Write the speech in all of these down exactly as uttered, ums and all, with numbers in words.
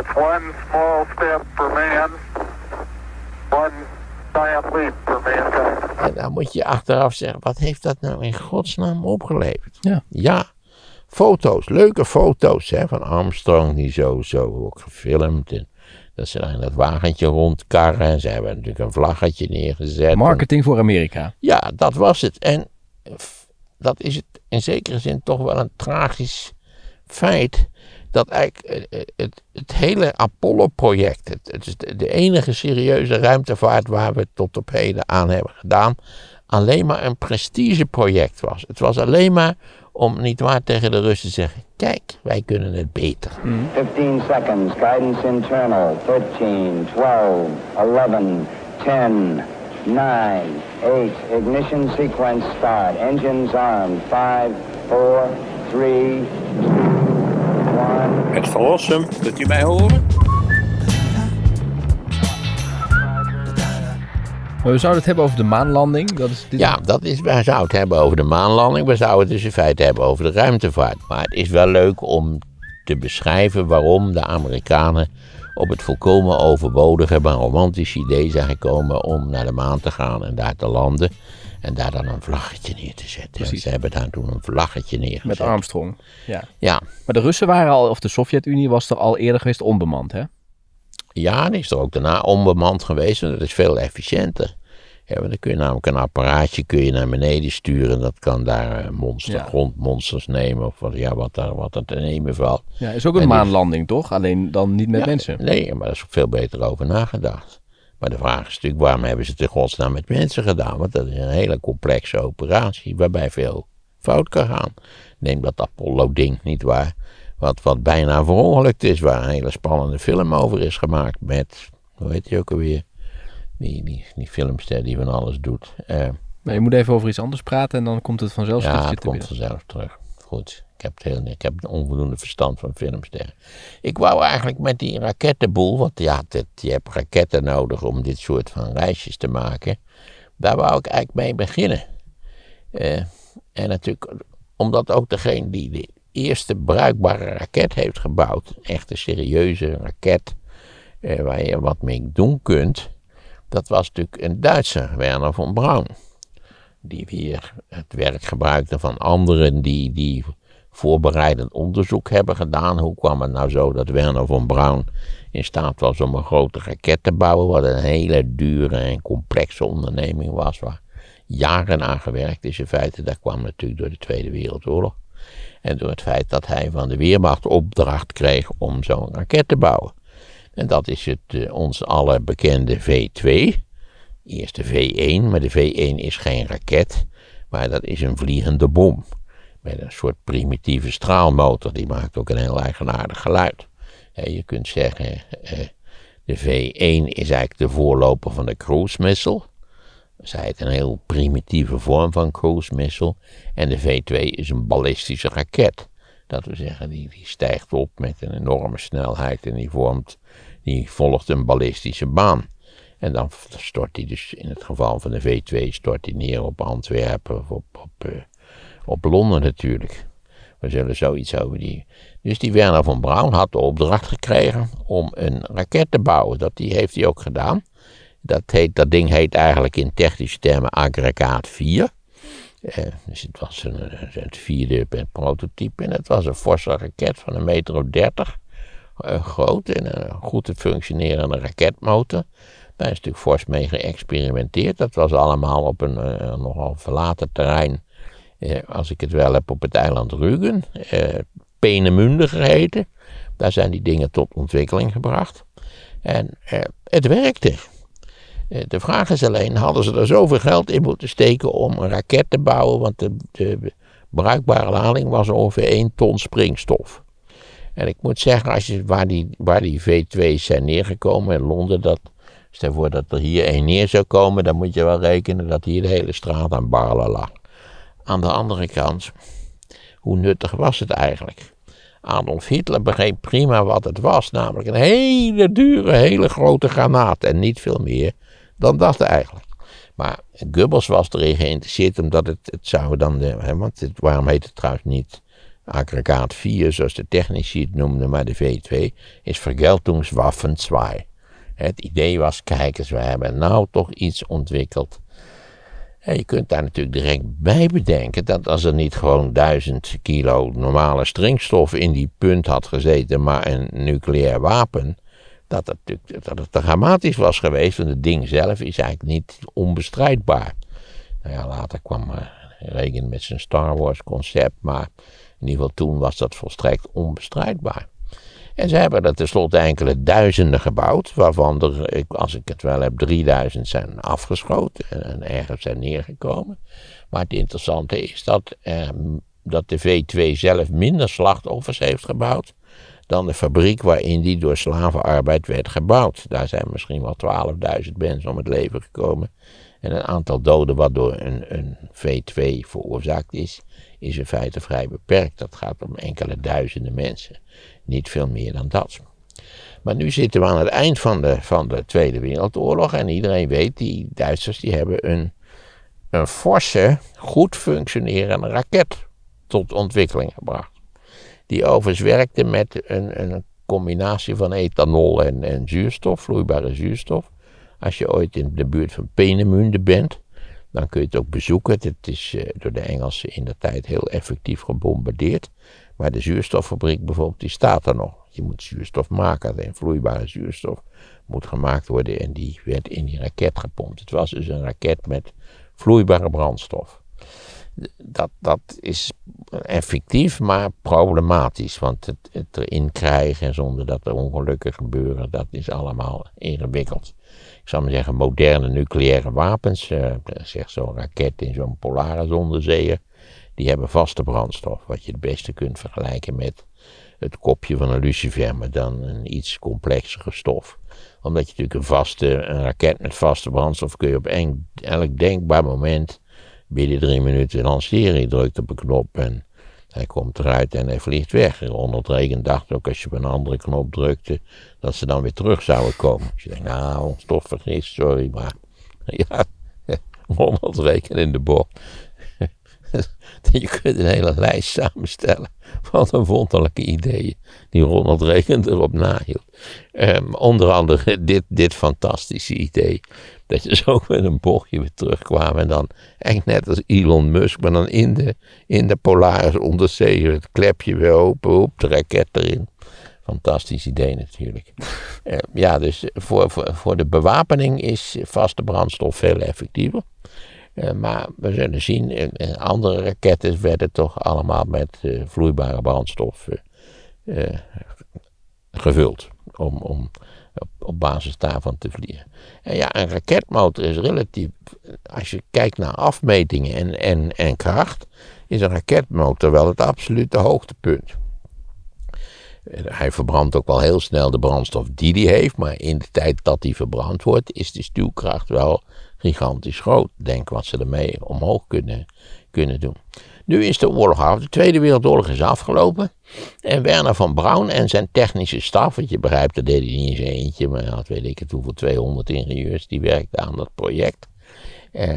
It's one small step for man, one giant leap for mankind. En dan moet je achteraf zeggen, wat heeft dat nou in godsnaam opgeleverd? Ja. Ja, foto's, leuke foto's hè, van Armstrong, die zo, zo ook gefilmd. En dat ze daar in dat wagentje rondkarren. En ze hebben natuurlijk een vlaggetje neergezet. Marketing en, voor Amerika. Ja, dat was het. En f, dat is het in zekere zin toch wel een tragisch feit. Dat eigenlijk het, het, het hele Apollo-project, het, het is de, de enige serieuze ruimtevaart waar we het tot op heden aan hebben gedaan, alleen maar een prestigeproject was. Het was alleen maar om niet waar tegen de Russen te zeggen, kijk, wij kunnen het beter. Mm. fifteen seconds, guidance internal, thirteen, twelve, eleven, ten, nine, eight, ignition sequence start, engines armed, five, four, three, one. Het verlossen, kunt u mij horen? Maar we zouden het hebben over de maanlanding. Dat is dit... Ja, dat is, we zouden het hebben over de maanlanding. We zouden het dus in feite hebben over de ruimtevaart. Maar het is wel leuk om te beschrijven waarom de Amerikanen op het volkomen overbodige, maar romantische idee zijn gekomen om naar de maan te gaan en daar te landen. En daar dan een vlaggetje neer te zetten. Precies. Ze hebben daar toen een vlaggetje neergezet. Met Armstrong. Ja. Ja. Maar de Russen waren al, of de Sovjet-Unie was er al eerder geweest onbemand, hè? Ja, die is er ook daarna onbemand geweest en dat is veel efficiënter. Ja, want dan kun je namelijk een apparaatje kun je naar beneden sturen. Dat kan daar monster, Ja. grondmonsters nemen of wat, ja, wat, daar, wat er te nemen valt. Ja, is ook een En die- maanlanding, toch? Alleen dan niet met Ja, mensen. Nee, maar daar is ook veel beter over nagedacht. Maar de vraag is natuurlijk, waarom hebben ze het in godsnaam met mensen gedaan? Want dat is een hele complexe operatie waarbij veel fout kan gaan. Neem dat Apollo-ding, nietwaar? Wat, wat bijna verongelukt is, waar een hele spannende film over is gemaakt met, hoe heet die ook alweer? Die, die, die filmster die van alles doet. Uh, Maar je moet even over iets anders praten en dan komt het vanzelf. ja, schiet het te komt binnen. vanzelf terug. Goed, ik heb, het heel, ik heb een onvoldoende verstand van filmsterren. Ik wou eigenlijk met die rakettenboel, want ja, dit, je hebt raketten nodig om dit soort van reisjes te maken. Daar wou ik eigenlijk mee beginnen. Uh, en natuurlijk, omdat ook degene die de eerste bruikbare raket heeft gebouwd, echt een serieuze raket, uh, waar je wat mee doen kunt, dat was natuurlijk een Duitser, Wernher von Braun. Die weer het werk gebruikte van anderen die, die voorbereidend onderzoek hebben gedaan. Hoe kwam het nou zo dat Wernher von Braun in staat was om een grote raket te bouwen, wat een hele dure en complexe onderneming was, waar jaren aan gewerkt is in feite. Dat kwam natuurlijk door de Tweede Wereldoorlog. En door het feit dat hij van de Weermacht opdracht kreeg om zo'n raket te bouwen. En dat is het uh, ons alle bekende V twee. Eerst de V één, maar de V één is geen raket, maar dat is een vliegende bom. Met een soort primitieve straalmotor, die maakt ook een heel eigenaardig geluid. Ja, je kunt zeggen, uh, de V één is eigenlijk de voorloper van de cruise missile. Zij het een heel primitieve vorm van cruise missile. En de V twee is een ballistische raket. Dat we zeggen, die, die stijgt op met een enorme snelheid en die vormt, die volgt een ballistische baan. En dan stort hij dus, in het geval van de V twee, stort hij neer op Antwerpen of op, op, uh, op Londen natuurlijk. We zullen zoiets over die... Dus die Wernher von Braun had de opdracht gekregen om een raket te bouwen. Dat die heeft hij ook gedaan. Dat, heet, dat ding heet eigenlijk in technische termen aggregaat vier. Uh, dus het was een, het vierde prototype en het was een forse raket van een meter of dertig. Uh, groot en een goed te functionerende raketmotor. Daar is natuurlijk fors mee geëxperimenteerd. Dat was allemaal op een uh, nogal verlaten terrein, uh, als ik het wel heb, op het eiland Rügen. Uh, Peenemünde geheten. Daar zijn die dingen tot ontwikkeling gebracht. En uh, het werkte. Uh, de vraag is alleen, hadden ze er zoveel geld in moeten steken om een raket te bouwen, want de, de bruikbare lading was ongeveer één ton springstof. En ik moet zeggen, als je, waar, die, waar die V twee's zijn neergekomen in Londen, dat, stel voor dat er hier één neer zou komen, dan moet je wel rekenen dat hier de hele straat aan barrelen lag. Aan de andere kant, hoe nuttig was het eigenlijk? Adolf Hitler begreep prima wat het was, namelijk een hele dure, hele grote granaat en niet veel meer dan dat eigenlijk. Maar Goebbels was erin geïnteresseerd omdat het, het zou dan, de, hè, want het, waarom heet het trouwens niet Aggregaat vier, zoals de technici het noemden, maar de V twee, is Vergeltungswaffen twee. Het idee was, kijk eens, we hebben nou toch iets ontwikkeld. En je kunt daar natuurlijk direct bij bedenken dat als er niet gewoon duizend kilo normale springstof in die punt had gezeten, maar een nucleair wapen, dat het, natuurlijk, dat het dramatisch was geweest, want het ding zelf is eigenlijk niet onbestrijdbaar. Nou ja, later kwam uh, Reagan met zijn Star Wars concept, maar in ieder geval toen was dat volstrekt onbestrijdbaar. En ze hebben er tenslotte enkele duizenden gebouwd, waarvan er, als ik het wel heb, drieduizend zijn afgeschoten en, en ergens zijn neergekomen. Maar het interessante is dat, eh, dat de V twee zelf minder slachtoffers heeft gebouwd dan de fabriek waarin die door slavenarbeid werd gebouwd. Daar zijn misschien wel twaalfduizend mensen om het leven gekomen. En een aantal doden wat door een, een V twee veroorzaakt is, is in feite vrij beperkt. Dat gaat om enkele duizenden mensen. Niet veel meer dan dat. Maar nu zitten we aan het eind van de, van de Tweede Wereldoorlog. En iedereen weet, die Duitsers die hebben een, een forse, goed functionerende raket tot ontwikkeling gebracht. Die overigens werkte met een, een combinatie van ethanol en, en zuurstof, vloeibare zuurstof. Als je ooit in de buurt van Peenemünde bent, dan kun je het ook bezoeken. Het is uh, door de Engelsen in de tijd heel effectief gebombardeerd. Maar de zuurstoffabriek bijvoorbeeld, die staat er nog. Je moet zuurstof maken, en vloeibare zuurstof moet gemaakt worden en die werd in die raket gepompt. Het was dus een raket met vloeibare brandstof. Dat, dat is effectief, maar problematisch, want het, het erin krijgen zonder dat er ongelukken gebeuren, dat is allemaal ingewikkeld. Ik zou maar zeggen, moderne nucleaire wapens, uh, zeg zo'n raket in zo'n Polaris onderzeeër, die hebben vaste brandstof, wat je het beste kunt vergelijken met het kopje van een lucifer, maar dan een iets complexere stof. Omdat je natuurlijk een vaste een raket met vaste brandstof kun je op een, elk denkbaar moment binnen drie minuten lanceren. Je drukt op een knop en hij komt eruit en hij vliegt weg. Ronald Reagan dacht ook als je op een andere knop drukte, dat ze dan weer terug zouden komen. Dus je denkt, nou, toch vergist, sorry, maar ja, Ronald Reagan in de bocht. Je kunt een hele lijst samenstellen van de wonderlijke ideeën die Ronald Reagan erop nahield. Um, onder andere dit, dit fantastische idee. Dat je zo met een bochtje weer terugkwam en dan eigenlijk net als Elon Musk, maar dan in de, in de Polaris onderzeeër het klepje weer open, op de raket erin. Fantastisch idee natuurlijk. Uh, ja, dus voor, voor, voor de bewapening is vaste brandstof veel effectiever. Uh, maar we zullen zien, uh, andere raketten werden toch allemaal met uh, vloeibare brandstof uh, uh, gevuld. Om, om op, op basis daarvan te vliegen. En ja, een raketmotor is relatief, als je kijkt naar afmetingen en, en, en kracht, is een raketmotor wel het absolute hoogtepunt. Hij verbrandt ook wel heel snel de brandstof die hij heeft, maar in de tijd dat hij verbrand wordt, is de stuwkracht wel gigantisch groot. Denk wat ze ermee omhoog kunnen, kunnen doen. Nu is de oorlog af, de Tweede Wereldoorlog is afgelopen. En Wernher von Braun en zijn technische staf, want je begrijpt, dat deed hij niet in zijn eentje, maar hij had weet ik het hoeveel, tweehonderd ingenieurs die werkten aan dat project. Eh,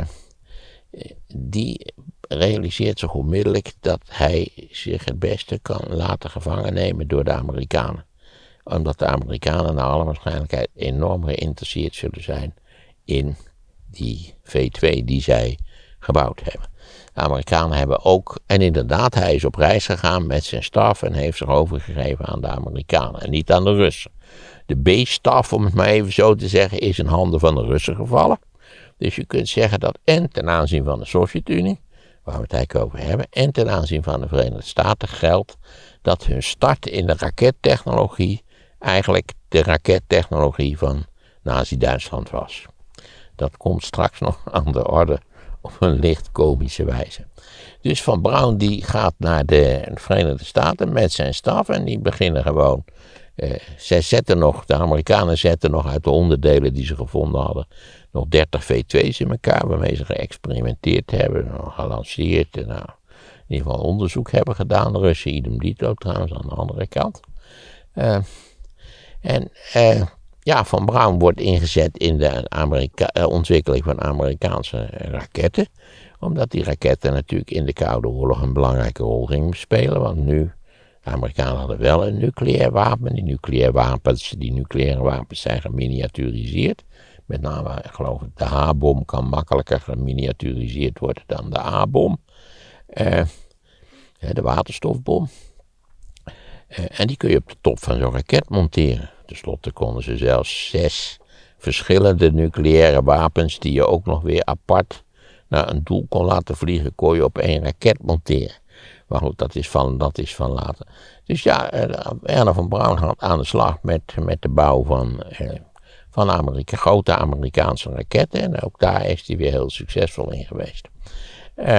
die realiseert zich onmiddellijk dat hij zich het beste kan laten gevangen nemen door de Amerikanen. Omdat de Amerikanen naar alle waarschijnlijkheid enorm geïnteresseerd zullen zijn in die V twee die zij gebouwd hebben. De Amerikanen hebben ook, en inderdaad, hij is op reis gegaan met zijn staf en heeft zich overgegeven aan de Amerikanen en niet aan de Russen. De B-staf, om het maar even zo te zeggen, is in handen van de Russen gevallen. Dus je kunt zeggen dat en ten aanzien van de Sovjet-Unie, waar we het eigenlijk over hebben, en ten aanzien van de Verenigde Staten geldt dat hun start in de rakettechnologie eigenlijk de rakettechnologie van Nazi-Duitsland was. Dat komt straks nog aan de orde op een licht komische wijze. Dus Von Braun die gaat naar de Verenigde Staten met zijn staf en die beginnen gewoon. Uh, zij zetten nog, de Amerikanen zetten nog uit de onderdelen die ze gevonden hadden, nog dertig V twee's in elkaar, waarmee ze geëxperimenteerd hebben, gelanceerd en nou, in ieder geval onderzoek hebben gedaan. De Russen idem dito trouwens aan de andere kant. Uh, en uh, ja, Von Braun wordt ingezet in de Amerika- uh, ontwikkeling van Amerikaanse raketten. Omdat die raketten natuurlijk in de Koude Oorlog een belangrijke rol gingen spelen. Want nu, de Amerikanen hadden wel een nucleair wapen. Die nucleaire wapens, die nucleaire wapens zijn geminiaturiseerd. Met name, geloof ik, de H-bom kan makkelijker geminiaturiseerd worden dan de A-bom. Uh, de waterstofbom. Uh, en die kun je op de top van zo'n raket monteren. Ten slotte konden ze zelfs zes verschillende nucleaire wapens die je ook nog weer apart naar een doel kon laten vliegen, kon je op één raket monteren. Maar goed, dat is van, dat is van later. Dus ja, uh, Wernher von Braun gaat aan de slag met, met de bouw van, uh, van Amerika, grote Amerikaanse raketten. En ook daar is hij weer heel succesvol in geweest. Uh,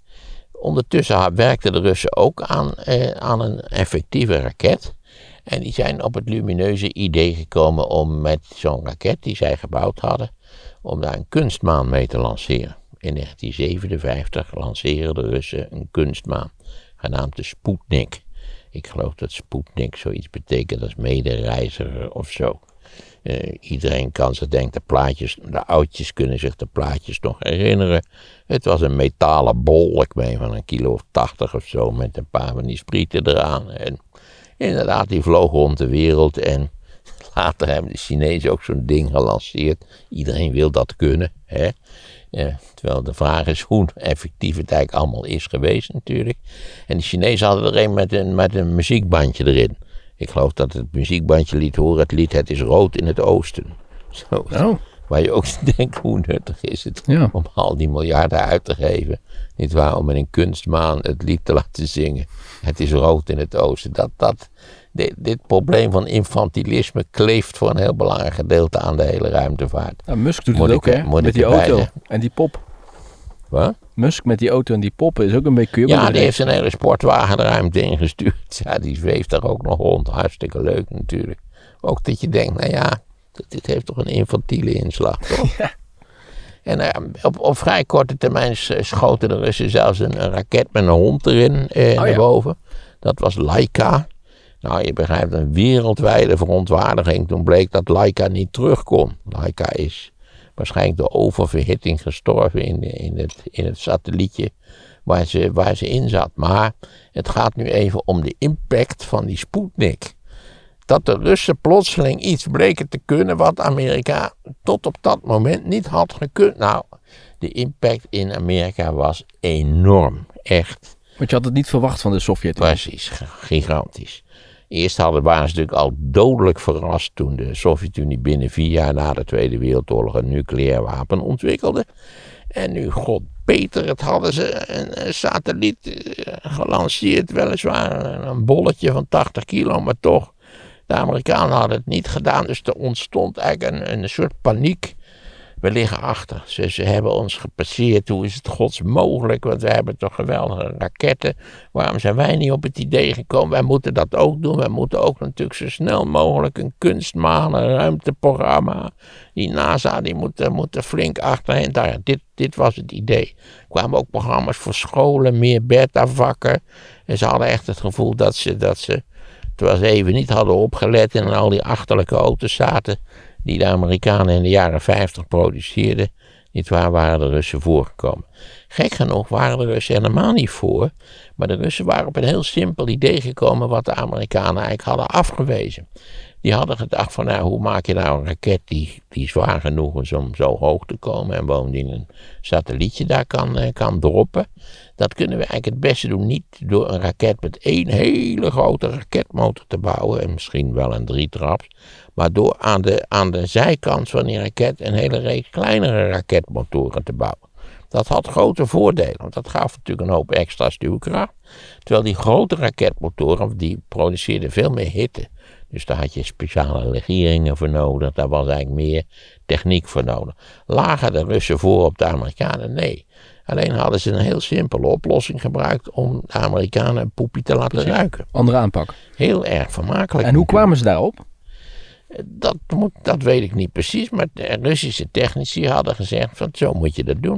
ondertussen werkten de Russen ook aan, uh, aan een effectieve raket. En die zijn op het lumineuze idee gekomen om met zo'n raket die zij gebouwd hadden, om daar een kunstmaan mee te lanceren. In negentien zevenenvijftig lanceren de Russen een kunstmaan, genaamd de Sputnik. Ik geloof dat Sputnik zoiets betekent als medereiziger of zo. Uh, iedereen kan zich denken, de plaatjes, de oudjes kunnen zich de plaatjes nog herinneren. Het was een metalen bol, ik meen van een kilo of tachtig of zo, met een paar van die sprieten eraan. En inderdaad, die vloog rond de wereld en later hebben de Chinezen ook zo'n ding gelanceerd. Iedereen wil dat kunnen, hè. Ja, terwijl de vraag is hoe effectief het eigenlijk allemaal is geweest natuurlijk. En de Chinezen hadden er een met een, met een muziekbandje erin. Ik geloof dat het muziekbandje liet horen, het lied Het is rood in het oosten. Zo, oh. Waar je ook denkt, hoe nuttig is het ja. om al die miljarden uit te geven. Niet waar, om in een kunstmaan het lied te laten zingen. Het is rood in het oosten. Dat, dat, dit, dit probleem van infantilisme kleeft voor een heel belangrijk gedeelte aan de hele ruimtevaart. Nou, Musk doet moet het ook, ik, hè? Moet met die auto zeggen. En die pop. Wat? Musk met die auto en die pop is ook een beetje... Ja, die heeft een hele sportwagen de ruimte ingestuurd. Ja, die zweeft daar ook nog rond. Hartstikke leuk natuurlijk. Ook dat je denkt, nou ja, dit heeft toch een infantiele inslag, toch? Ja. En uh, op, op vrij korte termijn schoten de Russen zelfs een, een raket met een hond erin eh, oh, naar ja. boven. Dat was Laika. Nou, je begrijpt, een wereldwijde verontwaardiging. Toen bleek dat Laika niet terug kon. Laika is waarschijnlijk door oververhitting gestorven in, de, in, het, in het satellietje waar ze, waar ze in zat. Maar het gaat nu even om de impact van die Sputnik. Dat de Russen plotseling iets bleken te kunnen wat Amerika tot op dat moment niet had gekund. Nou, de impact in Amerika was enorm, echt. Want je had het niet verwacht van de Sovjet-Unie. Precies, gigantisch. Eerst hadden, waren ze natuurlijk al dodelijk verrast toen de Sovjet-Unie binnen vier jaar na de Tweede Wereldoorlog een nucleair wapen ontwikkelde. En nu, god beter, het hadden ze een, een satelliet uh, gelanceerd, weliswaar een bolletje van tachtig kilo, maar toch. De Amerikanen hadden het niet gedaan, dus er ontstond eigenlijk een, een soort paniek. We liggen achter. Ze, ze hebben ons gepasseerd. Hoe is het gods mogelijk? Want wij hebben toch geweldige raketten. Waarom zijn wij niet op het idee gekomen? Wij moeten dat ook doen. Wij moeten ook natuurlijk zo snel mogelijk een kunstmaan, een ruimteprogramma. Die NASA, die moeten, moeten flink achterheen. Daar, dit, dit was het idee. Er kwamen ook programma's voor scholen, meer beta-vakken. En ze hadden echt het gevoel dat ze, dat ze, terwijl ze even niet hadden opgelet en in al die achterlijke auto's zaten die de Amerikanen in de jaren vijftig produceerden, niet waar, waren de Russen voorgekomen. Gek genoeg waren de Russen helemaal niet voor, maar de Russen waren op een heel simpel idee gekomen wat de Amerikanen eigenlijk hadden afgewezen. Die hadden gedacht van, nou, hoe maak je nou een raket die, die zwaar genoeg is om zo hoog te komen en bovendien een satellietje daar kan, eh, kan droppen. Dat kunnen we eigenlijk het beste doen, niet door een raket met één hele grote raketmotor te bouwen, en misschien wel een drietraps, maar door aan de, aan de zijkant van die raket een hele reeks kleinere raketmotoren te bouwen. Dat had grote voordelen, want dat gaf natuurlijk een hoop extra stuwkracht. Terwijl die grote raketmotoren, die produceerden veel meer hitte. Dus daar had je speciale legeringen voor nodig, daar was eigenlijk meer techniek voor nodig. Lagen de Russen voor op de Amerikanen? Nee. Alleen hadden ze een heel simpele oplossing gebruikt om de Amerikanen een poepie te laten ruiken. Andere aanpak. Heel erg vermakelijk. En hoe kwamen ze daarop? Dat, moet, dat weet ik niet precies, maar de Russische technici hadden gezegd van zo moet je dat doen.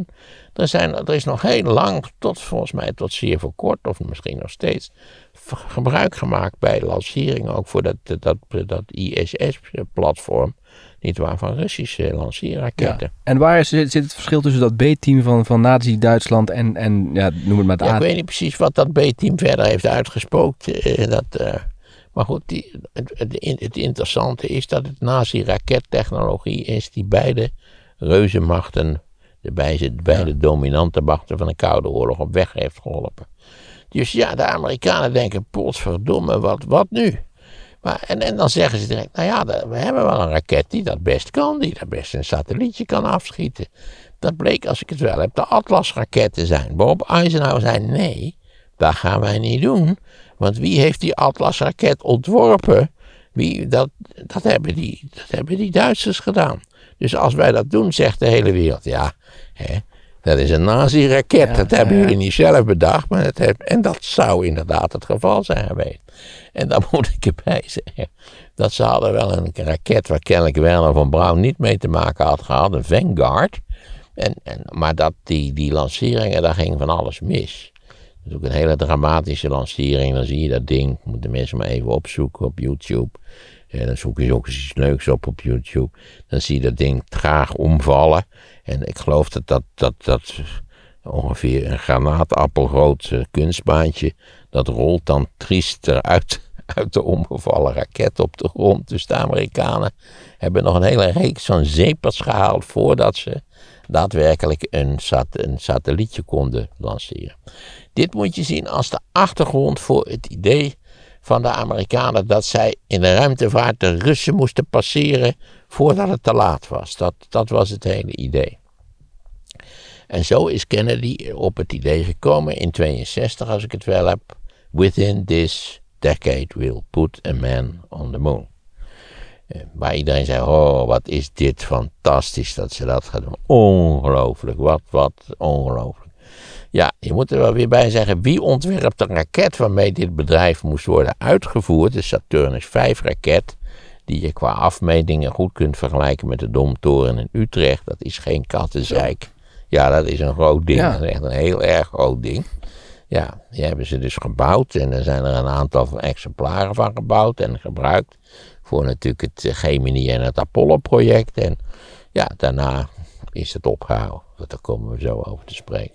Er, zijn, er is nog heel lang, tot volgens mij tot zeer voor kort, of misschien nog steeds, gebruik gemaakt bij de lancering ook voor dat, dat, dat I S S-platform. Niet waar, van Russische lanceerraketten. Ja. En waar zit, zit het verschil tussen dat B-team van, van Nazi-Duitsland en, en ja, noem het maar het ja, A? Ik weet niet precies wat dat B-team verder heeft uitgespookt. Uh, dat, uh, maar goed, die, het, het, het interessante is dat het Nazi-rakettechnologie is die beide reuzenmachten, de beide, beide ja. dominante machten van de Koude Oorlog op weg heeft geholpen. Dus ja, de Amerikanen denken, potverdomme, wat, wat nu? Maar, en, en dan zeggen ze direct, nou ja, we hebben wel een raket die dat best kan, die dat best een satellietje kan afschieten. Dat bleek, als ik het wel heb, de Atlas-raketten zijn. Waarop Eisenhower zei, nee, dat gaan wij niet doen. Want wie heeft die Atlas-raket ontworpen? Wie, dat, dat, hebben die, dat hebben die Duitsers gedaan. Dus als wij dat doen, zegt de hele wereld, ja, hè, dat is een nazi-raket. Ja, dat hebben ja. jullie niet zelf bedacht. Maar het heeft, en dat zou inderdaad het geval zijn geweest. En dan moet ik erbij zeggen, dat ze hadden wel een raket waar kennelijk Werner von Braun niet mee te maken had gehad, een Vanguard. En, en, maar dat die, die lanceringen, daar ging van alles mis. Dat is ook een hele dramatische lancering. Dan zie je dat ding, moeten mensen maar even opzoeken op YouTube. En dan zoeken ze ook eens iets leuks op op YouTube. Dan zie je dat ding traag omvallen. En ik geloof dat dat, dat, dat ongeveer een granaatappelgroot kunstbaantje, dat rolt dan triest eruit uit de omgevallen raket op de grond. Dus de Amerikanen hebben nog een hele reeks van zeepers gehaald voordat ze daadwerkelijk een, sat, een satellietje konden lanceren. Dit moet je zien als de achtergrond voor het idee van de Amerikanen dat zij in de ruimtevaart de Russen moesten passeren voordat het te laat was. Dat, dat was het hele idee. En zo is Kennedy op het idee gekomen in tweeënzestig, als ik het wel heb. Within this decade we'll put a man on the moon. Waar iedereen zei, oh wat is dit fantastisch dat ze dat gaan doen. Ongelooflijk, wat, wat ongelooflijk. Ja, je moet er wel weer bij zeggen, wie ontwerpt de raket waarmee dit bedrijf moest worden uitgevoerd? De Saturnus vijf raket, die je qua afmetingen goed kunt vergelijken met de Domtoren in Utrecht. Dat is geen kattenzeik. Ja, dat is een groot ding. Ja. Dat is echt een heel erg groot ding. Ja, die hebben ze dus gebouwd en er zijn er een aantal exemplaren van gebouwd en gebruikt voor natuurlijk het Gemini en het Apollo-project. En ja, daarna is het opgehouden. Daar komen we zo over te spreken.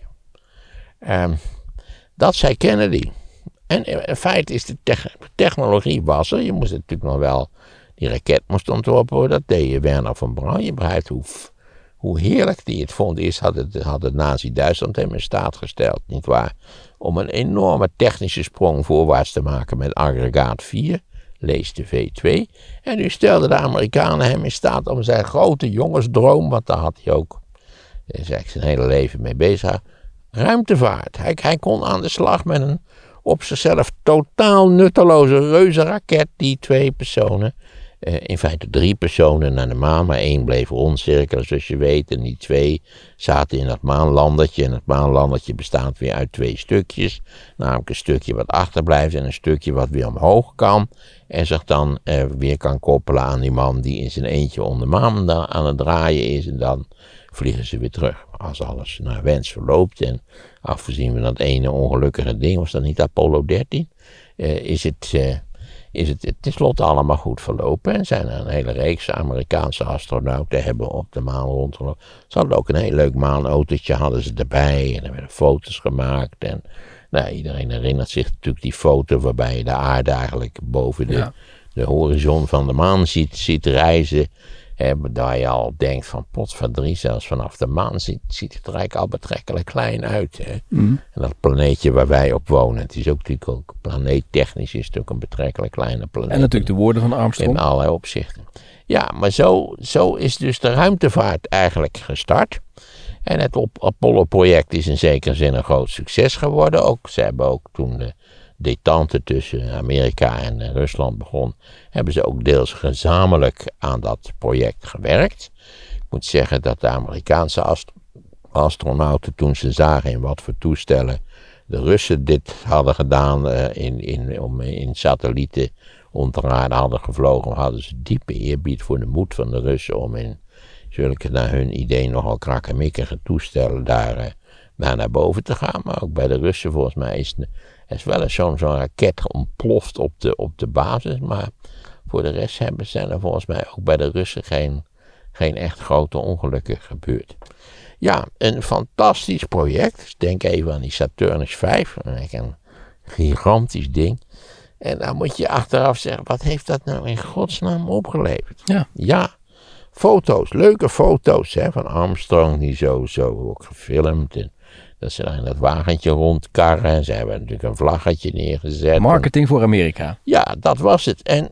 Um, dat zei Kennedy. En in feite is de te- technologie was er. Je moest natuurlijk nog wel, die raket moest ontworpen worden. Dat deed je Werner von Braun. Je begrijpt hoe, hoe heerlijk die het vond. Eerst had het, had het Nazi-Duitsland hem in staat gesteld, nietwaar, om een enorme technische sprong voorwaarts te maken met aggregaat vier. Lees de V twee. En nu stelden de Amerikanen hem in staat om zijn grote jongensdroom, want daar had hij ook daar is eigenlijk zijn hele leven mee bezig, ruimtevaart. Hij, hij kon aan de slag met een op zichzelf totaal nutteloze reuzenraket die twee personen, eh, in feite drie personen naar de maan, maar één bleef rondcirkelen zoals je weet. En die twee zaten in dat maanlandertje. En het maanlandertje bestaat weer uit twee stukjes. Namelijk een stukje wat achterblijft en een stukje wat weer omhoog kan. En zich dan eh, weer kan koppelen aan die man die in zijn eentje om de maan aan het draaien is. En dan vliegen ze weer terug. Als alles naar wens verloopt en afgezien van dat ene ongelukkige ding, was dat niet Apollo dertien, uh, is het, uh, is het tenslotte allemaal goed verlopen. En zijn er een hele reeks Amerikaanse astronauten hebben op de maan rondgelopen. Ze hadden ook een heel leuk maanautootje, hadden ze erbij en er werden foto's gemaakt. En nou, iedereen herinnert zich natuurlijk die foto waarbij je de aarde eigenlijk boven de, ja. de horizon van de maan ziet, ziet reizen. He, waar je al denkt van potverdrie, zelfs vanaf de maan ziet, ziet het er eigenlijk al betrekkelijk klein uit. Hè? Mm. En dat planeetje waar wij op wonen, het is ook natuurlijk ook planeettechnisch is het ook een betrekkelijk kleine planeet. En natuurlijk de woorden van Armstrong. In allerlei opzichten. Ja, maar zo, zo is dus de ruimtevaart eigenlijk gestart. En het Apollo-project is in zekere zin een groot succes geworden. Ook, ze hebben ook toen de detente tussen Amerika en Rusland begon, hebben ze ook deels gezamenlijk aan dat project gewerkt. Ik moet zeggen dat de Amerikaanse ast- astronauten, toen ze zagen in wat voor toestellen de Russen dit hadden gedaan, uh, in, in, om, in satellieten onder aarde hadden gevlogen, hadden ze diepe eerbied voor de moed van de Russen om in zulke naar hun idee nogal krakkemikkige toestellen daar uh, naar, naar boven te gaan. Maar ook bij de Russen volgens mij is, is wel eens zo'n, zo'n raket ontploft op de, op de basis. Maar voor de rest hebben, zijn er volgens mij ook bij de Russen geen, geen echt grote ongelukken gebeurd. Ja, een fantastisch project. Denk even aan die Saturnus vijf. Een gigantisch ding. En dan moet je achteraf zeggen, wat heeft dat nou in godsnaam opgeleverd? Ja. Ja, foto's, leuke foto's hè, van Armstrong, die zo, zo ook gefilmd. En dat ze daar in dat wagentje rondkarren. En ze hebben natuurlijk een vlaggetje neergezet. Marketing en, voor Amerika. Ja, dat was het. En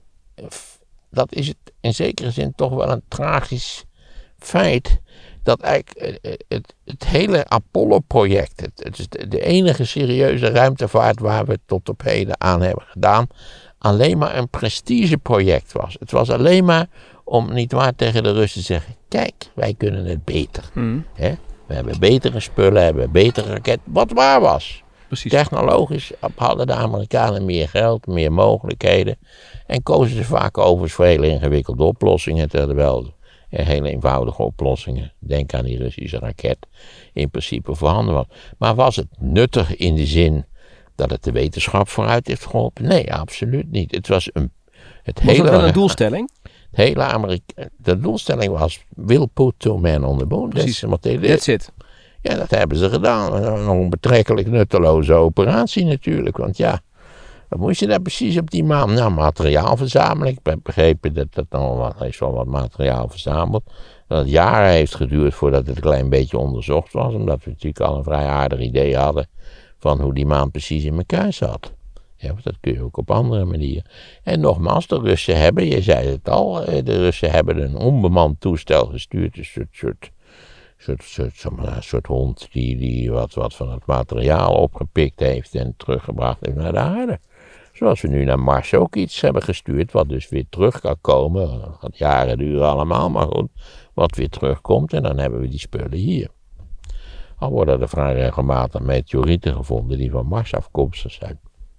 dat is het in zekere zin toch wel een tragisch feit. Dat eigenlijk het, het hele Apollo-project, het, het is de, de enige serieuze ruimtevaart waar we het tot op heden aan hebben gedaan, alleen maar een prestigeproject was. Het was alleen maar om niet waar tegen de Russen te zeggen, kijk, wij kunnen het beter. Mm. Hè? We hebben betere spullen, hebben betere raketten, wat waar was. Precies. Technologisch hadden de Amerikanen meer geld, meer mogelijkheden en kozen ze vaak overigens voor hele ingewikkelde oplossingen, terwijl hele eenvoudige oplossingen, denk aan die Russische raket, in principe voorhanden was. Maar was het nuttig in de zin dat het de wetenschap vooruit heeft geholpen? Nee, absoluut niet. Het was een... Het was hele, dat wel een doelstelling? Het hele Amerika- de doelstelling was, we'll put two men on the moon. Precies, That's, that's it. Ja, dat hebben ze gedaan. Een betrekkelijk nutteloze operatie natuurlijk, want ja, wat moest je daar precies op die maan? Nou, materiaal verzamelen. Ik heb begrepen dat dat dan wat, heeft wel wat materiaal verzameld. Dat het jaren heeft geduurd voordat het een klein beetje onderzocht was. Omdat we natuurlijk al een vrij aardig idee hadden van hoe die maan precies in elkaar zat. Ja, dat kun je ook op andere manieren. En nogmaals, de Russen hebben, je zei het al, de Russen hebben een onbemand toestel gestuurd. Een soort, soort, soort, soort, soort, soort hond die, die wat, wat van het materiaal opgepikt heeft en teruggebracht heeft naar de aarde. Zoals we nu naar Mars ook iets hebben gestuurd, wat dus weer terug kan komen. Dat gaat jaren duren allemaal, maar goed, wat weer terugkomt en dan hebben we die spullen hier. Al worden er vrij regelmatig meteorieten gevonden die van Mars afkomstig zijn.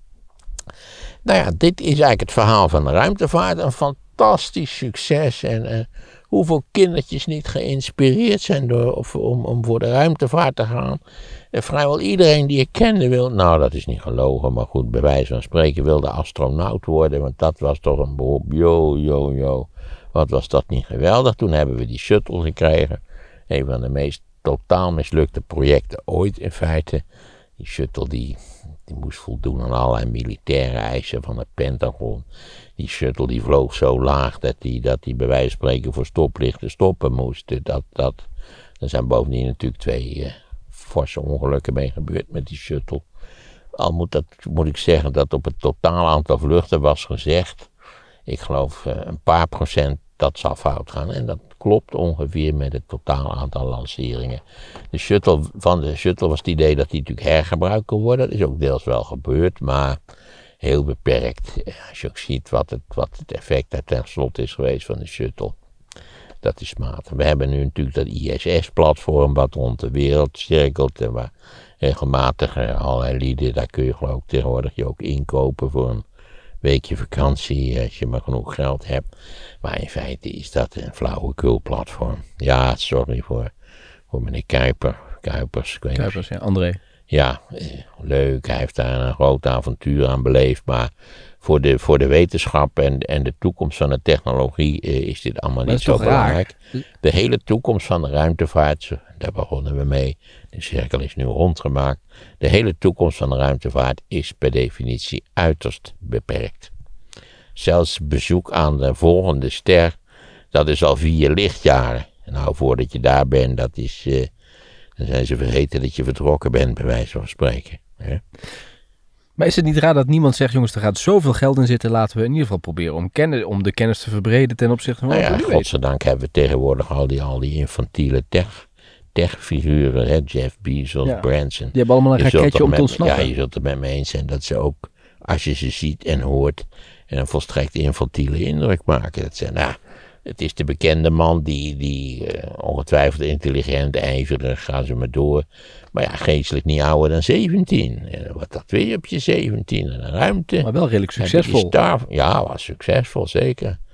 Nou ja, dit is eigenlijk het verhaal van de ruimtevaart. Een fantastisch succes en uh, hoeveel kindertjes niet geïnspireerd zijn door, of, om, om voor de ruimtevaart te gaan. En vrijwel iedereen die ik kende wil, nou dat is niet gelogen, maar goed, bij wijze van spreken wilde astronaut worden, want dat was toch een beroep. Yo, yo, yo, wat was dat niet geweldig. Toen hebben we die shuttle gekregen, een van de meest totaal mislukte projecten ooit in feite. Die shuttle die, die moest voldoen aan allerlei militaire eisen van het Pentagon. Die shuttle die vloog zo laag dat die, dat die bij wijze van spreken voor stoplichten stoppen moest. Dat, dat, er zijn bovendien natuurlijk twee uh, forse ongelukken mee gebeurd met die shuttle. Al moet, dat, moet ik zeggen dat op het totaal aantal vluchten was gezegd, ik geloof uh, een paar procent dat zal fout gaan. En dat klopt ongeveer met het totaal aantal lanceringen. De shuttle, van de shuttle was het idee dat die natuurlijk hergebruikt kon worden. Dat is ook deels wel gebeurd, maar heel beperkt. Als je ook ziet wat het, wat het effect uit ten slotte is geweest van de shuttle. Dat is matig. We hebben nu natuurlijk dat I S S-platform wat rond de wereld cirkelt. En waar regelmatig allerlei lieden, daar kun je geloof ik tegenwoordig je ook inkopen voor een weekje vakantie, als je maar genoeg geld hebt. Maar in feite is dat een flauwekulplatform. Ja, sorry voor, voor meneer Kuiper. Kuipers. Ik weet Kuipers, ja, André. Ja, eh, leuk. Hij heeft daar een groot avontuur aan beleefd. Maar voor de, voor de wetenschap en, en de toekomst van de technologie eh, is dit allemaal maar niet zo belangrijk. Raar. De hele toekomst van de ruimtevaart, daar begonnen we mee. De cirkel is nu rondgemaakt. De hele toekomst van de ruimtevaart is per definitie uiterst beperkt. Zelfs bezoek aan de volgende ster, dat is al vier lichtjaren. Nou, voordat je daar bent, dat is, uh, dan zijn ze vergeten dat je vertrokken bent, bij wijze van spreken. Hè? Maar is het niet raar dat niemand zegt, jongens, er gaat zoveel geld in zitten, laten we in ieder geval proberen om, kennis, om de kennis te verbreden ten opzichte van wat Nou ja, we nu weten. godzijdank hebben we tegenwoordig al die, al die infantiele tech, techfiguren, hè? Jeff Bezos, Ja. Branson. Die hebben allemaal een Je zult raketje het om te met- ontsnappen. Ja, je zult het met me eens zijn dat ze ook, als je ze ziet en hoort, een volstrekt infantiele indruk maken. Dat zijn, nou, het is de bekende man die, die uh, ongetwijfeld intelligent, ijverig, gaan ze maar door. Maar ja, geestelijk niet ouder dan zeventien. En wat dat wil je op je zeventien? En een ruimte. Maar wel redelijk Heb je die succesvol. star- Ja, was succesvol, zeker.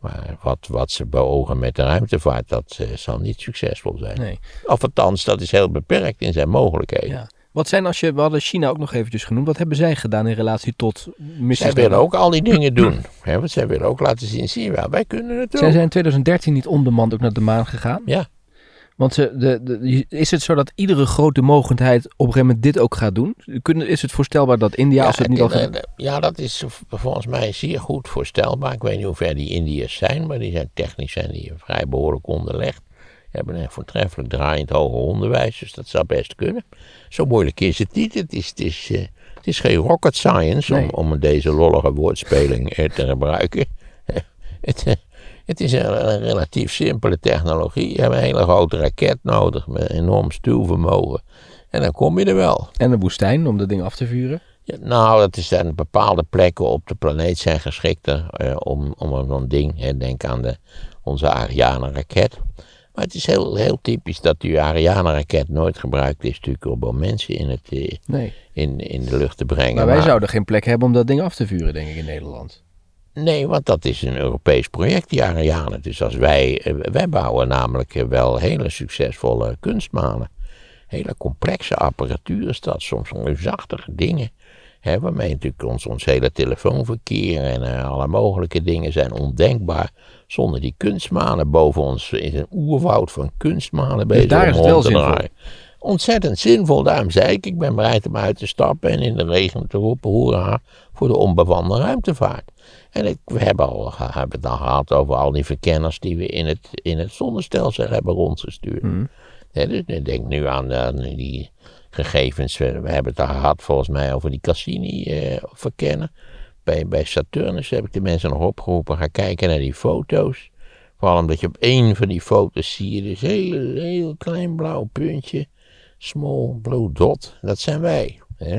Maar wat, wat ze beogen met de ruimtevaart, dat uh, zal niet succesvol zijn. Nee. Of althans, dat is heel beperkt in zijn mogelijkheden. Ja. Wat zijn, als je, we hadden China ook nog eventjes genoemd, wat hebben zij gedaan in relatie tot missies? Zij willen ook al die dingen doen. Hè, want zij willen ook laten zien, zie je wel, wij kunnen het ook. Zijn zij in twintig dertien niet onbemand ook naar de maan gegaan? Ja. Want ze, de, de, is het zo dat iedere grote mogendheid op een gegeven moment dit ook gaat doen? Kunnen, is het voorstelbaar dat India, Ja, als het niet al gaat... ja, dat is volgens mij zeer goed voorstelbaar. Ik weet niet hoe ver die Indiërs zijn, maar die zijn technisch zijn die vrij behoorlijk onderlegd. Die hebben een voortreffelijk draaiend hoger onderwijs, dus dat zou best kunnen. Zo moeilijk is het niet. Het is, het is, uh, het is geen rocket science, nee. om, om deze lollige woordspeling uh, te gebruiken. het, uh, het is een, een relatief simpele technologie. Je hebt een hele grote raket nodig met een enorm stuwvermogen. En dan kom je er wel. En een woestijn om dat ding af te vuren? Ja, nou, dat is dan bepaalde plekken op de planeet zijn geschikter uh, om, om zo'n ding. Hè, denk aan de, onze Ariane-raket. Maar het is heel, heel typisch dat die Ariane-raket nooit gebruikt is natuurlijk om mensen in, het, uh, nee. in, in de lucht te brengen. Maar wij maar, zouden geen plek hebben om dat ding af te vuren, denk ik, in Nederland. Nee, want dat is een Europees project, die Ariane. Dus als wij, uh, wij bouwen namelijk uh, wel hele succesvolle kunstmanen. Hele complexe apparatuur is dat, soms reusachtige dingen. Hè, waarmee natuurlijk ons, ons hele telefoonverkeer en uh, alle mogelijke dingen zijn ondenkbaar. Zonder die kunstmanen boven ons is een oerwoud van kunstmanen bezig dus daar is om het wel te zinvol. draaien. Ontzettend zinvol, daarom zei ik, ik ben bereid om uit te stappen en in de regen te roepen hoera voor de onbemande ruimtevaart. En ik, we hebben, al, hebben het al gehad over al die verkenners die we in het, in het zonnestelsel hebben rondgestuurd. Mm. Ja, dus ik denk nu aan, aan die gegevens, we hebben het al gehad volgens mij over die Cassini eh, verkennen. Bij, bij Saturnus heb ik de mensen nog opgeroepen, ga kijken naar die foto's. Vooral omdat je op één van die foto's zie je dus een heel, heel klein blauw puntje. Small blue dot, dat zijn wij. Hè?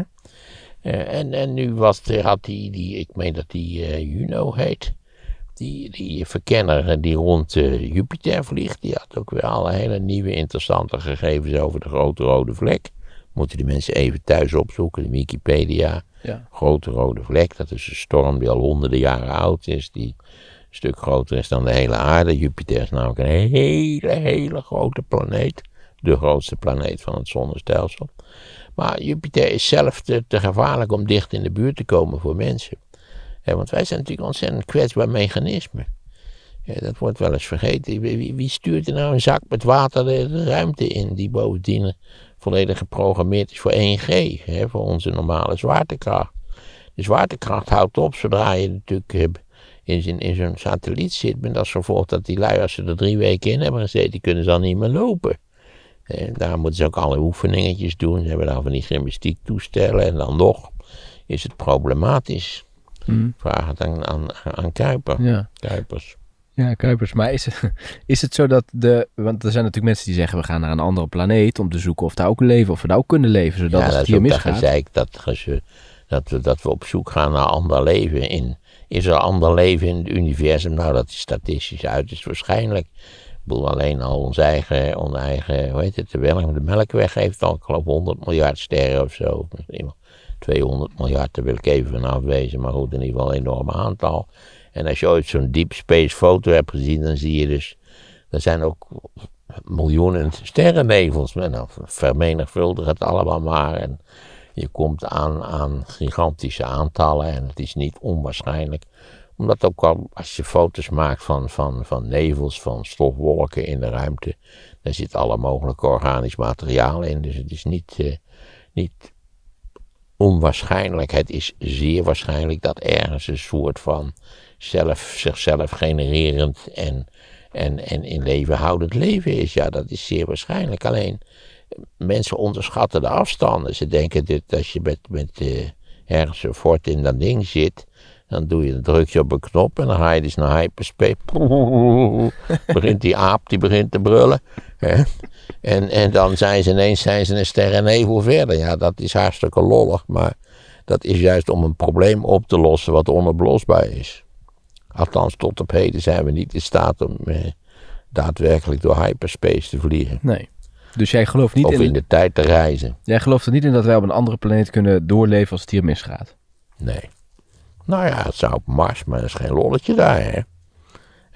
Uh, en, en nu was, had die, die, ik meen dat die uh, Juno heet. Die, die verkenner die rond uh, Jupiter vliegt, die had ook weer alle hele nieuwe interessante gegevens over de grote rode vlek. Moeten die mensen even thuis opzoeken, de Wikipedia. Ja. Grote rode vlek, dat is een storm die al honderden jaren oud is, die een stuk groter is dan de hele aarde. Jupiter is namelijk een hele, hele grote planeet. De grootste planeet van het zonnestelsel. Maar Jupiter is zelf te, te gevaarlijk om dicht in de buurt te komen voor mensen. Ja, want wij zijn natuurlijk ontzettend kwetsbaar mechanisme. Ja, dat wordt wel eens vergeten. Wie, wie stuurt er nou een zak met water de, de ruimte in, die bovendien volledig geprogrammeerd is voor één G, hè, voor onze normale zwaartekracht. De zwaartekracht houdt op zodra je natuurlijk in zo'n, in zo'n satelliet zit, met als gevolg dat die lui, als ze er drie weken in hebben gezeten, kunnen ze al niet meer lopen. En daar moeten ze ook alle oefeningetjes doen. Ze hebben daar van die gymnastiek toestellen en dan nog is het problematisch. Mm. Vraag het aan, aan, aan Kuiper. Ja. Kuipers. Ja, Kuipers. Maar is het, is het zo dat de... Want er zijn natuurlijk mensen die zeggen, we gaan naar een andere planeet om te zoeken of daar ook leven, of we daar ook kunnen leven, zodat ja, als het hier misgaat. Ja, dat is ook dat gezeik, dat we, dat we op zoek gaan naar ander leven. In, is er ander leven in het universum? Nou, dat is statistisch uiterst waarschijnlijk. Ik bedoel, alleen al ons eigen, ons eigen, hoe heet het, de Melkweg heeft al, ik geloof, honderd miljard sterren of zo. tweehonderd miljard, daar wil ik even van afwezen, maar goed, in ieder geval een enorm aantal. En als je ooit zo'n deep space foto hebt gezien, dan zie je dus, er zijn ook miljoenen sterrennevels. Nou, vermenigvuldig het allemaal maar en je komt aan, aan gigantische aantallen en het is niet onwaarschijnlijk. Omdat ook al, als je foto's maakt van, van, van nevels, van stofwolken in de ruimte, daar zit alle mogelijke organisch materiaal in. Dus het is niet, uh, niet onwaarschijnlijk, het is zeer waarschijnlijk dat ergens een soort van zelf, zichzelf genererend en, en, en in leven houdend leven is. Ja, dat is zeer waarschijnlijk. Alleen, mensen onderschatten de afstanden. Ze denken dat als je met, met uh, ergens een fort in dat ding zit, dan doe je, dan druk je op een knop en dan ga je dus naar hyperspace. Begint die aap, die begint te brullen. Hè? En, en dan zijn ze ineens zijn ze een sterrennevel verder. Ja, dat is hartstikke lollig, maar dat is juist om een probleem op te lossen wat onoplosbaar is. Althans, tot op heden zijn we niet in staat om eh, daadwerkelijk door hyperspace te vliegen. Nee. Dus jij gelooft niet of in... in de tijd te reizen. Jij gelooft er niet in dat wij op een andere planeet kunnen doorleven als het hier misgaat? Nee. Nou ja, het zou op Mars, maar dat is geen lolletje daar, hè.